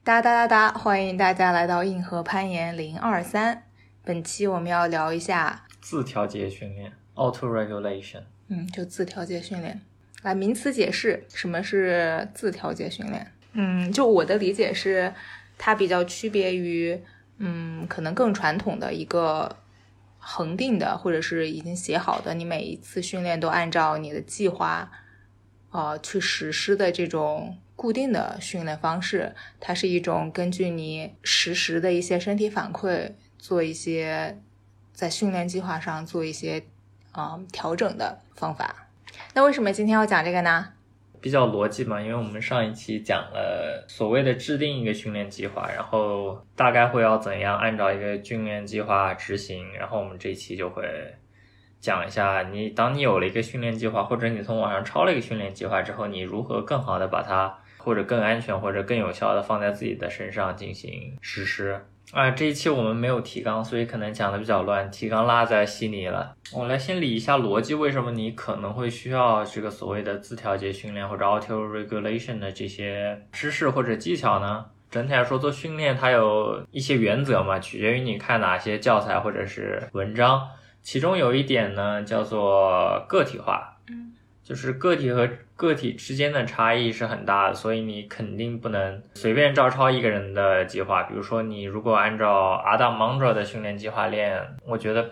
哒哒哒哒，欢迎大家来到硬核攀岩023。本期我们要聊一下自调节训练 auto regulation。 就自调节训练。来，名词解释，什么是自调节训练？就我的理解是它比较区别于可能更传统的一个恒定的或者是已经写好的，你每一次训练都按照你的计划去实施的这种固定的训练方式。它是一种根据你实时的一些身体反馈做一些在训练计划上做一些调整的方法。那为什么今天要讲这个呢？ 比较逻辑嘛，因为我们上一期讲了所谓的制定一个训练计划，然后大概会要怎样按照一个训练计划执行，然后我们这一期就会讲一下当你有了一个训练计划，或者你从网上抄了一个训练计划之后，你如何更好的把它或者更安全或者更有效的放在自己的身上进行实施。这一期我们没有提纲，所以可能讲的比较乱，提纲落在心里了。我来先理一下逻辑，为什么你可能会需要这个所谓的自调节训练或者 auto regulation 的这些知识或者技巧呢？整体来说，做训练它有一些原则嘛，取决于你看哪些教材或者是文章。其中有一点呢叫做个体化，就是个体和个体之间的差异是很大的，所以你肯定不能随便照抄一个人的计划。比如说你如果按照 Adam Mondra 的训练计划练，我觉得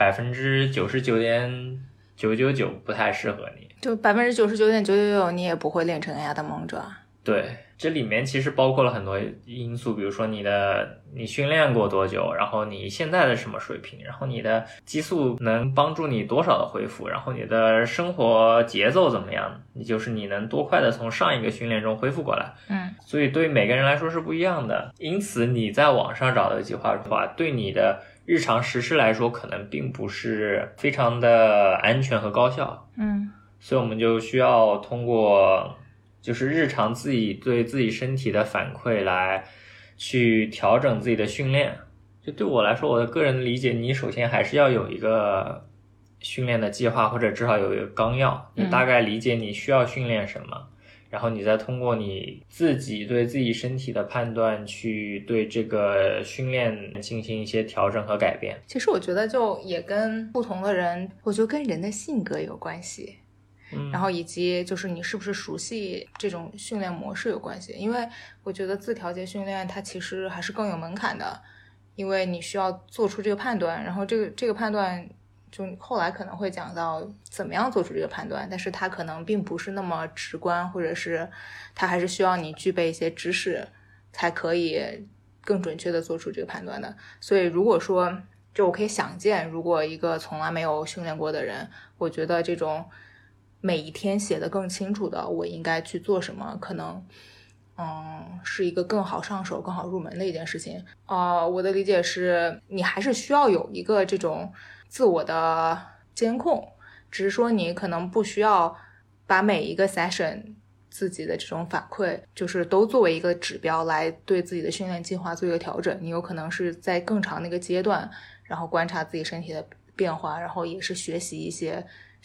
99.999% 不太适合你， 就 99.999% 你也不会练成 Adam Mondra。 对，这里面其实包括了很多因素，比如说你训练过多久，然后你现在的什么水平，然后你的激素能帮助你多少的恢复，然后你的生活节奏怎么样，你能多快的从上一个训练中恢复过来。所以对每个人来说是不一样的，因此你在网上找的计划的话，对你的日常实施来说可能并不是非常的安全和高效。所以我们就需要通过就是日常自己对自己身体的反馈来去调整自己的训练。就对我来说，我的个人理解，你首先还是要有一个训练的计划，或者至少有一个纲要，你大概理解你需要训练什么，然后你再通过你自己对自己身体的判断去对这个训练进行一些调整和改变。 其实我觉得就也跟不同的人，我觉得跟人的性格有关系。然后以及就是你是不是熟悉这种训练模式有关系。因为我觉得自调节训练它其实还是更有门槛的，因为你需要做出这个判断，然后这个判断就后来可能会讲到怎么样做出这个判断，但是它可能并不是那么直观，或者是它还是需要你具备一些知识才可以更准确的做出这个判断的。所以如果说就我可以想见，如果一个从来没有训练过的人，我觉得这种每一天写得更清楚的我应该去做什么，可能是一个更好上手更好入门的一件事情。我的理解是你还是需要有一个这种自我的监控，只是说你可能不需要把每一个 session 自己的这种反馈就是都作为一个指标来对自己的训练计划做一个调整。你有可能是在更长的一个阶段，然后观察自己身体的变化，然后也是学习一些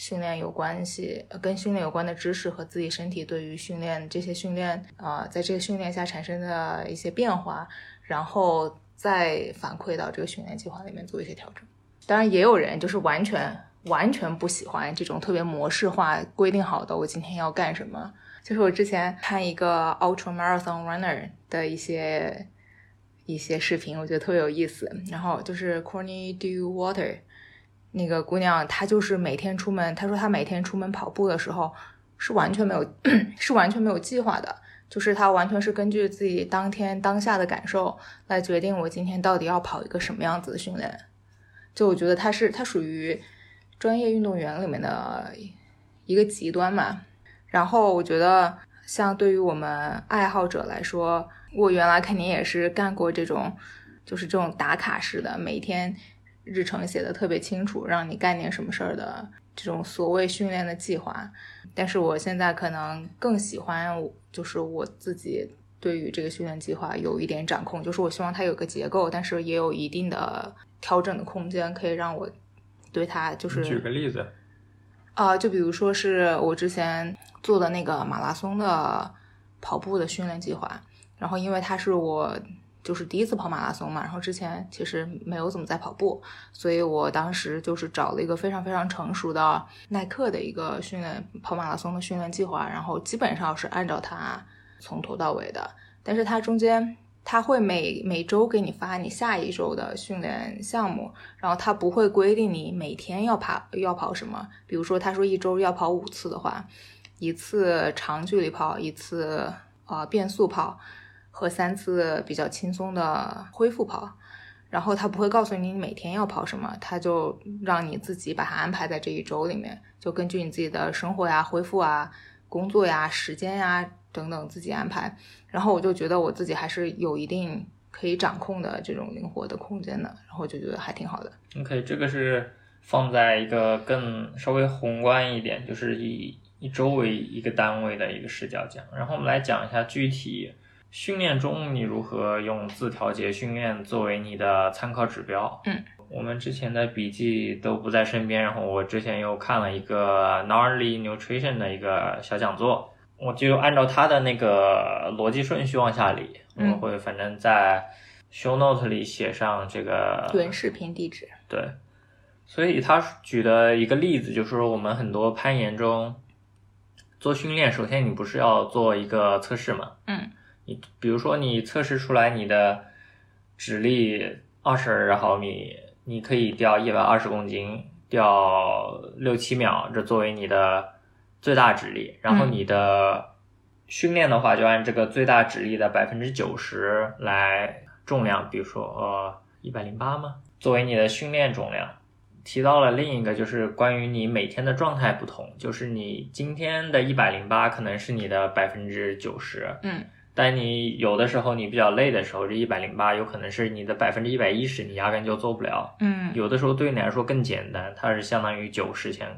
跟训练有关的知识和自己身体对于这些训练在这个训练下产生的一些变化，然后再反馈到这个训练计划里面做一些调整。当然也有人就是完全不喜欢这种特别模式化规定好的我今天要干什么。就是我之前看一个 ultra marathon runner 的一些视频，我觉得特别有意思。然后就是 Courtney Dauwalter那个姑娘，她就是每天出门，她说她每天出门跑步的时候是完全没有计划的，就是她完全是根据自己当天当下的感受来决定我今天到底要跑一个什么样子的训练。就我觉得她属于专业运动员里面的一个极端嘛。然后我觉得像对于我们爱好者来说，我原来肯定也是干过这种就是这种打卡式的，每天日程写的特别清楚，让你干点什么事儿的这种所谓训练的计划。但是我现在可能更喜欢就是我自己对于这个训练计划有一点掌控，就是我希望它有个结构，但是也有一定的调整的空间，可以让我对它就是举个例子就比如说是我之前做的那个马拉松的跑步的训练计划，然后因为它是我就是第一次跑马拉松嘛，然后之前其实没有怎么在跑步，所以我当时就是找了一个非常非常成熟的耐克的一个跑马拉松的训练计划，然后基本上是按照它从头到尾的，但是它中间他会每周给你发你下一周的训练项目，然后他不会规定你每天要跑什么。比如说他说一周要跑5次的话，一次长距离跑，一次变速跑和3次比较轻松的恢复跑。然后他不会告诉你每天要跑什么，他就让你自己把它安排在这一周里面，就根据你自己的生活呀、恢复啊、工作呀、时间呀等等自己安排。然后我就觉得我自己还是有一定可以掌控的这种灵活的空间的，然后就觉得还挺好的。 OK， 这个是放在一个更稍微宏观一点，就是以一周为一个单位的一个视角讲。然后我们来讲一下具体训练中你如何用自调节训练作为你的参考指标。我们之前的笔记都不在身边，然后我之前又看了一个 Gnarly Nutrition 的一个小讲座，我就按照他的那个逻辑顺序往下理，我会反正在 show note 里写上这个原视频地址。 对，所以他举的一个例子就是说，我们很多攀岩中做训练，首先你不是要做一个测试嘛？你比如说你测试出来你的指力20毫米，你可以掉120公斤，掉6-7秒，这作为你的最大指力。然后你的训练的话，就按这个最大指力的90%来重量，比如说108吗？作为你的训练重量。提到了另一个就是关于你每天的状态不同，就是你今天的108可能是你的90%，但你有的时候你比较累的时候，这108有可能是你的110%，你压根就做不了。有的时候对你来说更简单，它是相当于90前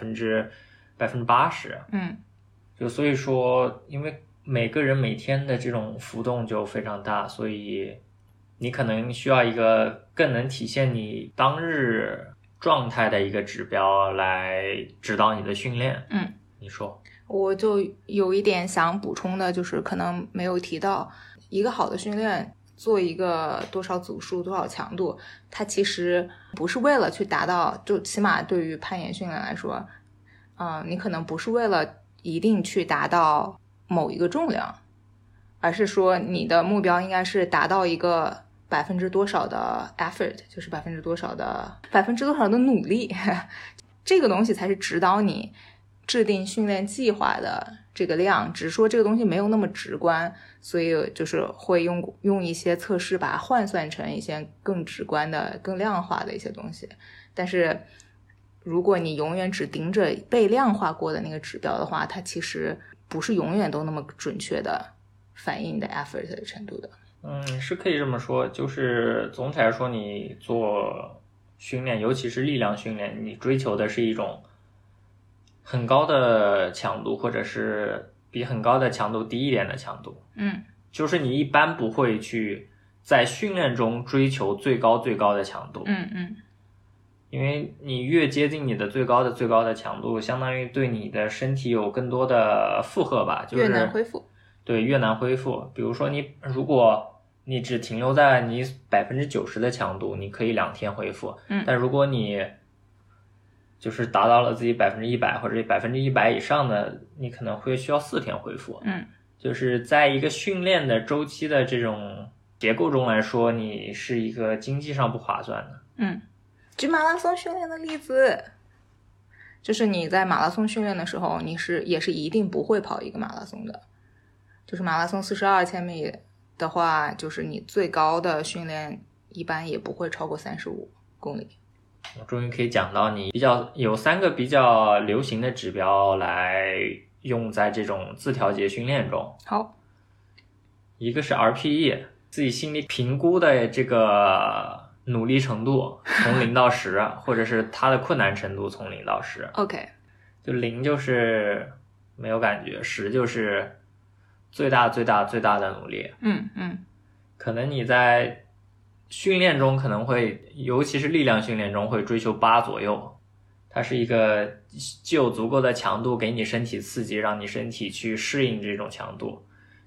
80%。就所以说，因为每个人每天的这种浮动就非常大，所以你可能需要一个更能体现你当日状态的一个指标来指导你的训练。你说。 我就有一点想补充的，就是可能没有提到，一个好的训练做一个多少组数多少强度，它其实不是为了去达到，就起码对于攀岩训练来说，你可能不是为了一定去达到某一个重量，而是说你的目标应该是达到一个多少的 effort， 就是多少的努力这个东西才是指导你制定训练计划的这个量，只是说这个东西没有那么直观，所以就是会用一些测试把它换算成一些更直观的更量化的一些东西。但是如果你永远只盯着被量化过的那个指标的话，它其实不是永远都那么准确的反映你的 effort 的程度的。 是可以这么说，就是总体来说你做训练，尤其是力量训练，你追求的是一种很高的强度，或者是比很高的强度低一点的强度。就是你一般不会去在训练中追求最高的强度。因为你越接近你的最高的强度，相当于对你的身体有更多的负荷吧，就是越难恢复。 对，越难恢复。比如说如果你只停留在你90%的强度，你可以2天恢复。但如果你就是达到了自己100%或者100%以上的，你可能会需要4天恢复。就是在一个训练的周期的这种结构中来说，你是一个经济上不划算的。 举马拉松训练的例子，就是你在马拉松训练的时候，也是一定不会跑一个马拉松的。就是马拉松42千米的话，就是你最高的训练一般也不会超过35公里。 我终于可以讲到你有3个比较流行的指标来用在这种自调节训练中。 好， 一个是 RPE， 自己心里评估的这个努力程度从0到10，或者是它的困难程度从0到10。 OK， 就0就是没有感觉，10就是最大的努力。可能你在训练中可能会，尤其是力量训练中会追求8左右，它是一个既有足够的强度给你身体刺激，让你身体去适应这种强度，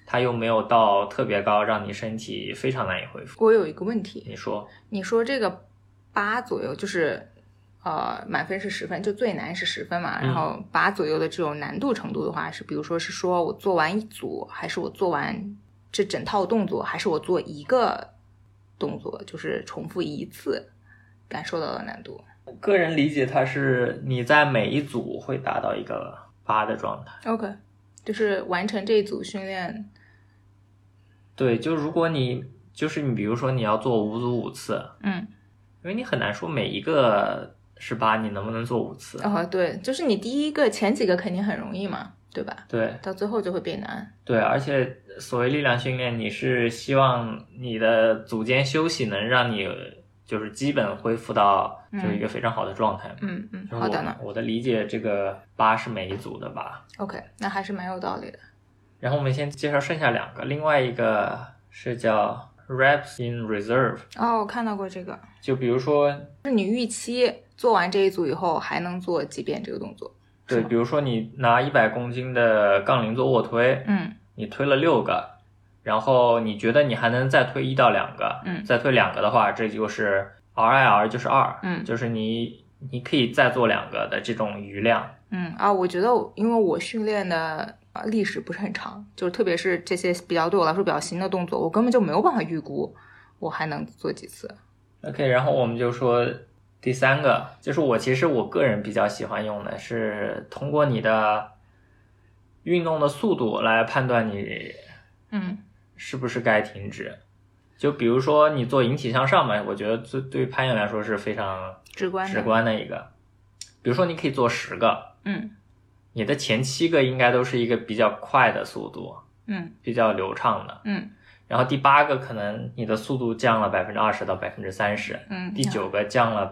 它又没有到特别高，让你身体非常难以恢复。 我有一个问题， 你说这个8左右，就是满分是10分，就最难是10分嘛，然后8左右的这种难度程度的话，是比如说是说我做完一组，还是我做完这整套动作，还是我做一个动作，就是重复一次感受到的难度？ 个人理解它是你在每一组会达到一个8的状态。 OK， 就是完成这一组训练。 对，就如果你比如说你要做5组5次，因为你很难说每一个是8你能不能做5次。 对，就是你前几个肯定很容易嘛，对吧？ 对， 到最后就会变难。 对，而且所谓力量训练，你是希望你的组间休息能让你就是基本恢复到就是一个非常好的状态。 好的呢。 我的理解，这个8是每一组的8。 OK， 那还是蛮有道理的。 然后我们先介绍剩下2个，另外一个是叫 reps in reserve。 我看到过这个。 就比如说是你预期做完这一组以后还能做几遍这个动作。 对，比如说你拿100公斤的杠铃做卧推，你推了6个，然后你觉得你还能再推1到2个，再推2个的话，这就是 RIR 就是2，就是你可以再做2个的这种余量。 我觉得因为我训练的历史不是很长，就是特别是这些对我来说比较新的动作，我根本就没有办法预估我还能做几次。 OK， 然后我们就说第3个，就是其实我个人比较喜欢用的是通过你的运动的速度来判断你是不是该停止。就比如说你做引体向上嘛，我觉得对攀岩来说是非常直观的一个。比如说你可以做10个，你的前7个应该都是一个比较快的速度，比较流畅的，然后第8个可能你的速度降了20%到30%，第9个降了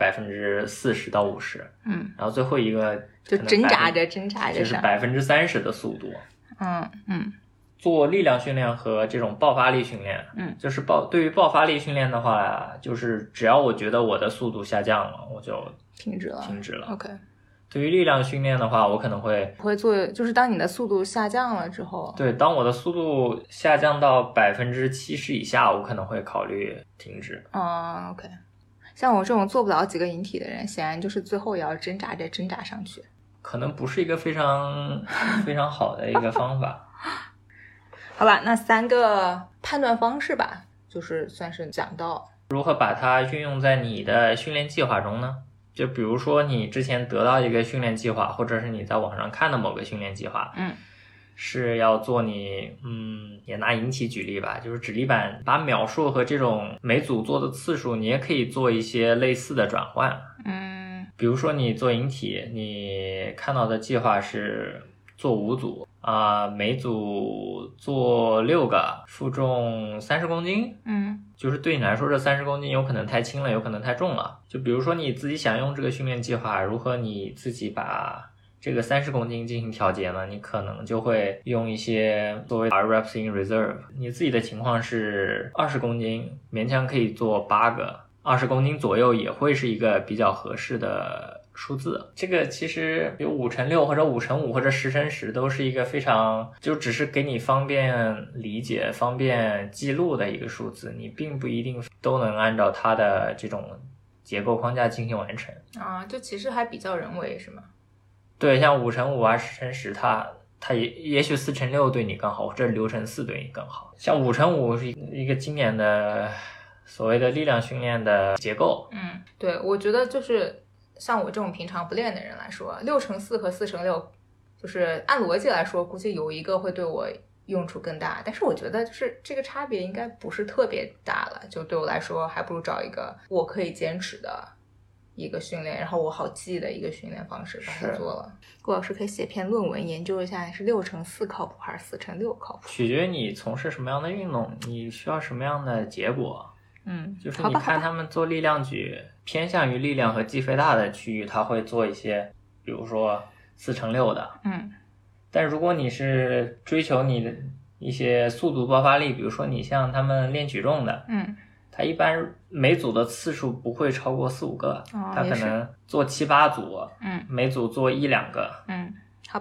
40%到50%，然后最后一个就挣扎着就是30%的速度。做力量训练和这种爆发力训练，就是对于爆发力训练的话，就是只要我觉得我的速度下降了，我就停止了。 OK。 对于力量训练的话，我可能会做，就是当你的速度下降了之后， 对，当我的速度下降到70%以下，我可能会考虑停止。 OK。像我这种做不了几个引体的人，显然就是最后也要挣扎上去， 可能不是一个非常非常好的一个方法。 好吧，那3个判断方式吧，就是算是讲到如何把它运用在你的训练计划中呢？就比如说你之前得到一个训练计划，或者是你在网上看的某个训练计划，是要做也拿引体举例吧，就是指力板把秒数和这种每组做的次数，你也可以做一些类似的转换。比如说你做引体，你看到的计划是做5组每组做6个，负重30公斤。就是对你来说这30公斤有可能太轻了，有可能太重了。就比如说你自己想用这个训练计划，如何你自己把这个30公斤进行调节呢？你可能就会用一些所谓 reps in reserve。你自己的情况是20公斤，勉强可以做8个，20公斤左右也会是一个比较合适的数字。这个其实有5×6或者5×5或者10×10都是一个非常就只是给你方便理解方便记录的一个数字，你并不一定都能按照它的这种结构框架进行完成就其实还比较人为是吗？ 对，像5×5 10×10它也许4×6对你更好，或者6×4对你更好。像5×5是一个经典的所谓的力量训练的结构。 对，我觉得就是像我这种平常不练的人来说，6×4和4×6就是按逻辑来说估计有一个会对我用处更大，但是我觉得就是这个差别应该不是特别大了，就对我来说还不如找一个我可以坚持的一个训练，然后我好记的一个训练方式把它做了。顾老师可以写篇论文研究一下是6×4靠谱还是4×6靠谱， 取决于你从事什么样的运动，你需要什么样的结果。就是你看他们做力量举偏向于力量和肌肥大的区域，他会做一些比如说4×6的。但如果你是追求你的一些速度爆发力，比如说你像他们练举重的，他一般每组的次数不会超过4-5个，他可能做7-8组，每组做1-2个。 好吧。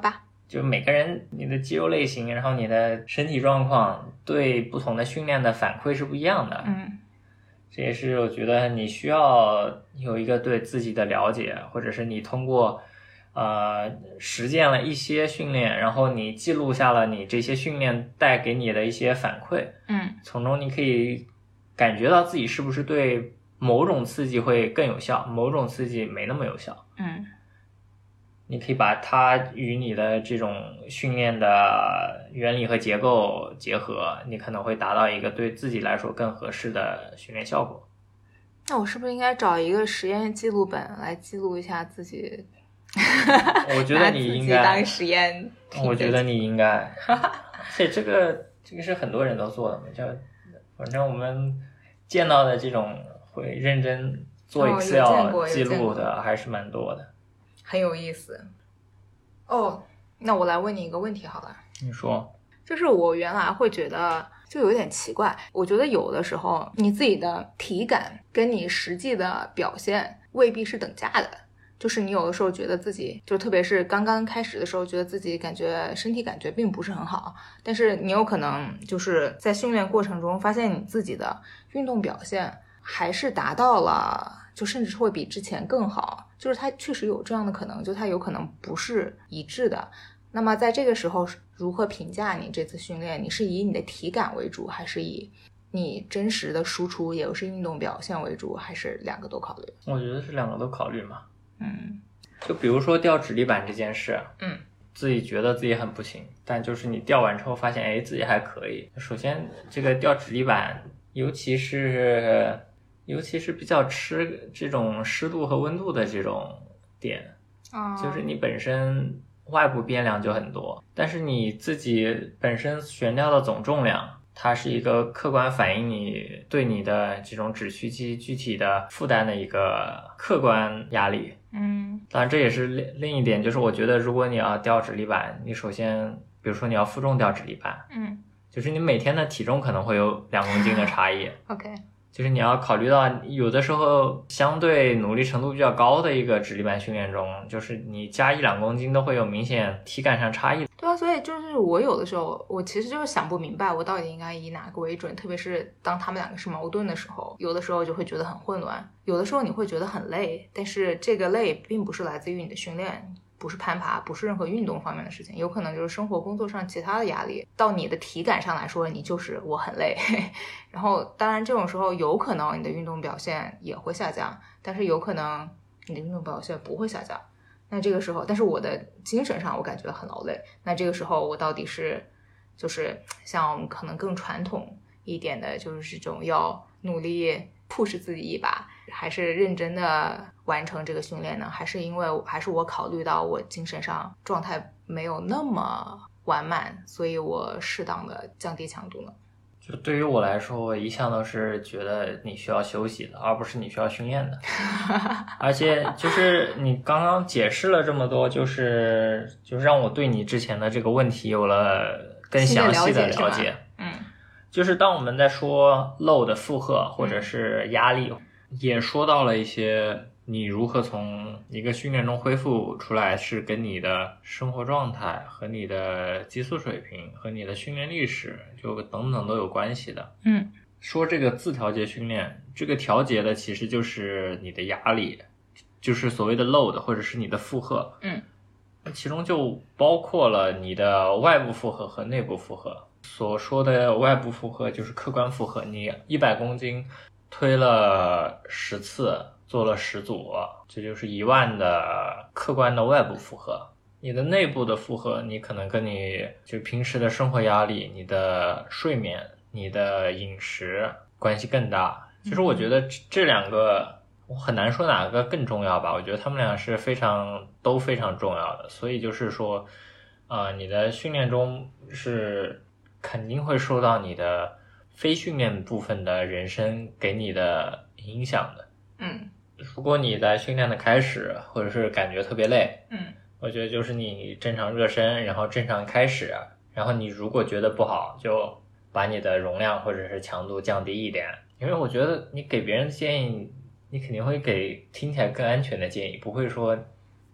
就每个人你的肌肉类型，然后你的身体状况对不同的训练的反馈是不一样的。这也是我觉得你需要有一个对自己的了解，或者是你通过实践了一些训练，然后你记录下了你这些训练带给你的一些反馈，从中你可以感觉到自己是不是对某种刺激会更有效，某种刺激没那么有效。你可以把它与你的这种训练的原理和结构结合，你可能会达到一个对自己来说更合适的训练效果。 那我是不是应该找一个实验记录本来记录一下自己？ 我觉得你应该当实验。 我觉得你应该，而且这个是很多人都做的嘛，反正我们见到的这种会认真做 Excel 记录的还是蛮多的。 很有意思。那我来问你一个问题好了。 你说。 就是我原来会觉得就有点奇怪，我觉得有的时候你自己的体感跟你实际的表现未必是等价的。就是你有的时候觉得自己，就特别是刚刚开始的时候，觉得自己身体感觉并不是很好，但是你有可能就是在训练过程中发现你自己的运动表现还是达到了，就甚至是会比之前更好。就是它确实有这样的可能，就它有可能不是一致的。那么在这个时候如何评价你这次训练？你是以你的体感为主，还是以你真实的输出也是运动表现为主，还是两个都考虑？ 我觉得是两个都考虑嘛。就比如说吊直立板这件事，自己觉得自己很不行，但就是你吊完之后发现自己还可以。首先这个吊直立板尤其是比较吃这种湿度和温度的这种点，就是你本身外部变量就很多，但是你自己本身悬吊的总重量，它是一个客观反映你对你的这种指屈肌具体的负担的一个客观压力。当然这也是另一点，就是我觉得如果你要吊直立板，你首先比如说你要负重吊直立板，就是你每天的体重可能会有2公斤的差异。 OK， 就是你要考虑到有的时候相对努力程度比较高的一个直立板训练中，就是你加1-2公斤都会有明显体感上差异。 对啊，所以就是我有的时候我其实就是想不明白我到底应该以哪个为准，特别是当他们两个是矛盾的时候，有的时候就会觉得很混乱，有的时候你会觉得很累，但是这个累并不是来自于你的训练，不是攀爬，不是任何运动方面的事情，有可能就是生活工作上其他的压力，到你的体感上来说你就是我很累然后当然这种时候有可能你的运动表现也会下降，但是有可能你的运动表现不会下降。那这个时候但是我的精神上我感觉很劳累，那这个时候我到底是就是像我们可能更传统一点的，就是这种要努力 push 自己一把，还是认真的完成这个训练呢？还是因为还是我考虑到我精神上状态没有那么完满，所以我适当的降低强度呢？ 就对于我来说，我一向都是觉得你需要休息的，而不是你需要训练的。而且就是你刚刚解释了这么多，就是让我对你之前的这个问题有了更详细的了解。就是当我们在说 load 负荷或者是压力，也说到了一些你如何从一个训练中恢复出来，是跟你的生活状态和你的激素水平和你的训练历史就等等都有关系的。说这个自调节训练，这个调节的其实就是你的压力，就是所谓的 load 或者是你的负荷。其中就包括了你的外部负荷和内部负荷。所说的外部负荷就是客观负荷，你100公斤推了10次，做了10组，这就是1万的客观的外部负荷。你的内部的负荷，你可能跟你就平时的生活压力、你的睡眠、你的饮食关系更大。其实我觉得这两个我很难说哪个更重要吧，我觉得他们俩是都非常重要的。所以就是说你的训练中是肯定会受到你的非训练部分的人生给你的影响的。如果你在训练的开始或者是感觉特别累，我觉得就是你正常热身，然后正常开始，然后你如果觉得不好，就把你的容量或者是强度降低一点。因为我觉得你给别人建议，你肯定会给听起来更安全的建议，不会说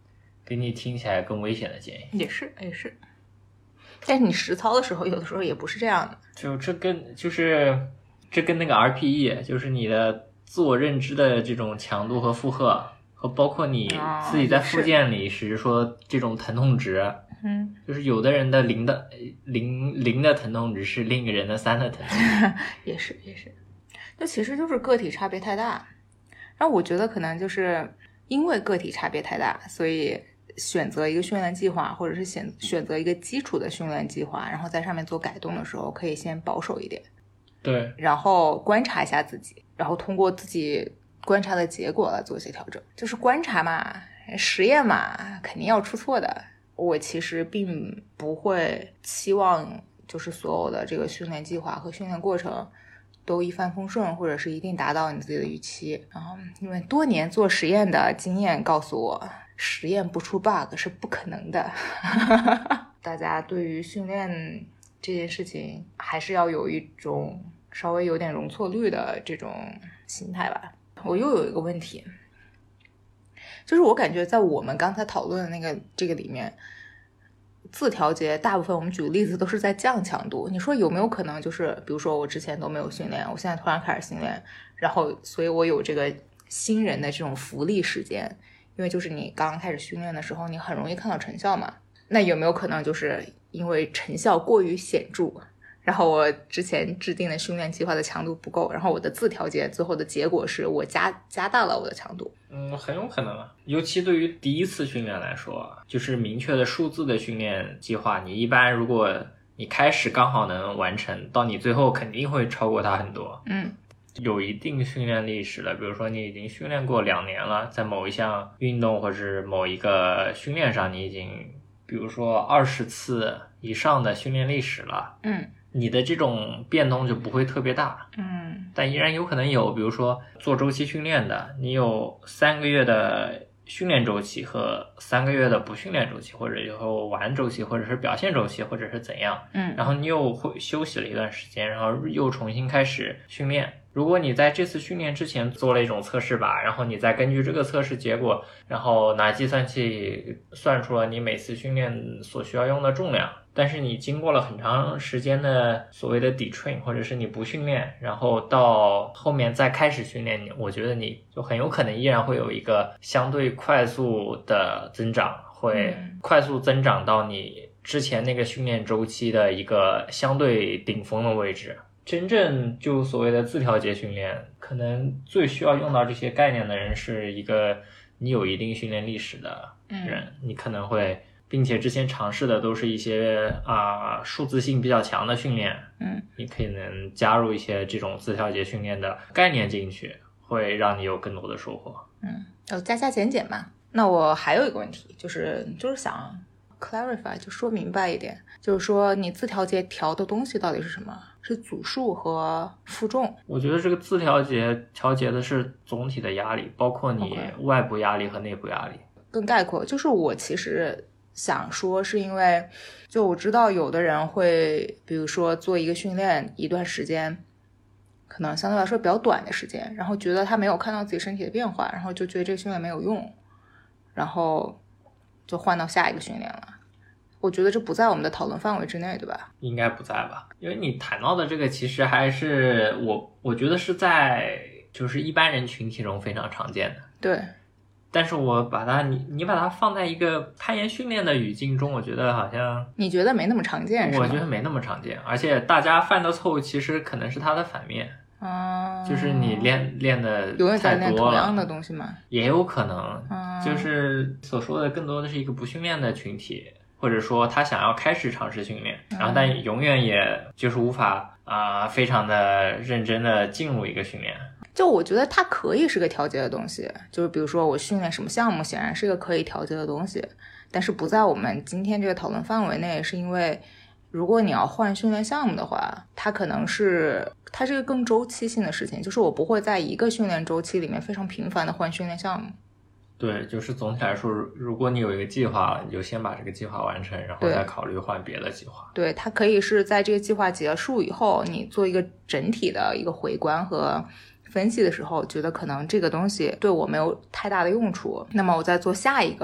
给你听起来更危险的建议。 也是，但是你实操的时候，有的时候也不是这样的。 这跟那个 RPE， 就是你的自我认知的这种强度和负荷，和包括你自己在复健里是说这种疼痛值，就是有的人的零的疼痛值是另一个人的3的疼痛值。 也是，就其实就是个体差别太大。然后我觉得可能就是因为个体差别太大，所以选择一个训练计划，或者是选择一个基础的训练计划，然后在上面做改动的时候，可以先保守一点， 对， 然后观察一下自己，然后通过自己观察的结果来做一些调整。就是观察嘛，实验嘛，肯定要出错的。我其实并不会期望就是所有的这个训练计划和训练过程都一帆风顺，或者是一定达到你自己的预期。因为多年做实验的经验告诉我，实验不出 bug 是不可能的。大家对于训练这件事情还是要有一种稍微有点容错率的这种心态吧。我又有一个问题，就是我感觉在我们刚才讨论的这个里面，自调节大部分我们举个例子都是在降强度。你说有没有可能就是比如说我之前都没有训练，我现在突然开始训练，然后所以我有这个新人的这种福利时间，因为就是你刚刚开始训练的时候你很容易看到成效嘛。那有没有可能就是因为成效过于显著，然后我之前制定的训练计划的强度不够，然后我的自调节最后的结果是我加大了我的强度？ 很有可能啊，尤其对于第一次训练来说，就是明确的数字的训练计划，你一般如果你开始刚好能完成，到你最后肯定会超过它很多。有一定训练历史了，比如说你已经训练过2年了，在某一项运动或者某一个训练上，你已经比如说20次以上的训练历史了，你的这种变动就不会特别大，但依然有可能有，比如说做周期训练的，你有3个月的训练周期和3个月的不训练周期，或者有玩周期，或者是表现周期，或者是怎样，然后你又会休息了一段时间，然后又重新开始训练。如果你在这次训练之前做了一种测试吧，然后你再根据这个测试结果，然后拿计算器算出了你每次训练所需要用的重量，但是你经过了很长时间的所谓的 detrain， 或者是你不训练，然后到后面再开始训练，我觉得你就很有可能依然会有一个相对快速的增长，会快速增长到你之前那个训练周期的一个相对顶峰的位置。真正就所谓的自调节训练，可能最需要用到这些概念的人是一个你有一定训练历史的人，你可能会并且之前尝试的都是一些数字性比较强的训练，你可能加入一些这种自调节训练的概念进去，会让你有更多的收获。 加减减嘛。那我还有一个问题，就是想 clarify， 就说明白一点，就是说你自调节调的东西到底是什么？是组数和负重？我觉得这个自调节调节的是总体的压力，包括你外部压力和内部压力。 更概括，就是我其实想说，是因为就我知道有的人会比如说做一个训练一段时间，可能相对来说比较短的时间，然后觉得他没有看到自己身体的变化，然后就觉得这个训练没有用，然后就换到下一个训练了。我觉得这不在我们的讨论范围之内，对吧？ 应该不在吧，因为你谈到的这个其实还是我觉得是在就是一般人群体中非常常见的。 对， 但是我把它你把它放在一个攀岩训练的语境中，我觉得好像你觉得没那么常见是吗？ 我觉得没那么常见，而且大家犯的错误其实可能是它的反面。就是你练的永远在练同样的东西吗？ 也有可能，就是所说的更多的是一个不训练的群体，或者说他想要开始尝试训练，然后但永远也就是无法非常的认真的进入一个训练。 就我觉得它可以是个调节的东西，就是比如说我训练什么项目显然是个可以调节的东西，但是不在我们今天这个讨论范围内，是因为如果你要换训练项目的话，它是一个更周期性的事情，就是我不会在一个训练周期里面非常频繁的换训练项目。 对，就是总体来说，如果你有一个计划，你就先把这个计划完成，然后再考虑换别的计划。 对，它可以是在这个计划结束以后，你做一个整体的一个回观和分析的时候，觉得可能这个东西对我没有太大的用处，那么我再做下一个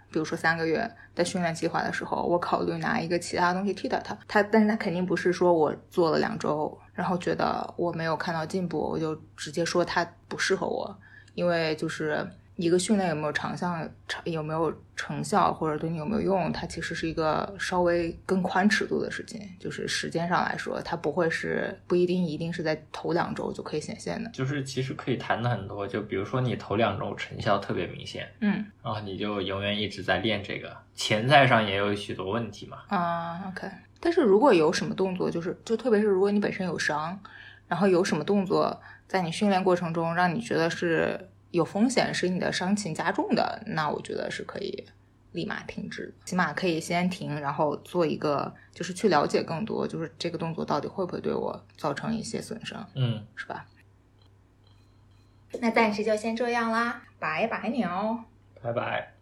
比如说3个月的训练计划的时候，我考虑拿一个其他东西替代它，但是它肯定不是说我做了2周，然后觉得我没有看到进步，我就直接说它不适合我。因为就是一个训练有没有有没有成效，或者对你有没有用，它其实是一个稍微更宽尺度的事情。就是时间上来说，它不一定是在头2周就可以显现的。 就是其实可以谈的很多，就比如说你头2周成效特别明显，然后你就永远一直在练这个，潜在上也有许多问题嘛。 OK。但是如果有什么动作，就特别是如果你本身有伤，然后有什么动作在你训练过程中让你觉得是有风险，使你的伤情加重的，那我觉得是可以立马停止，起码可以先停，然后做一个就是去了解更多，就是这个动作到底会不会对我造成一些损伤，是吧？那暂时就先这样啦，拜拜鸟， 拜拜。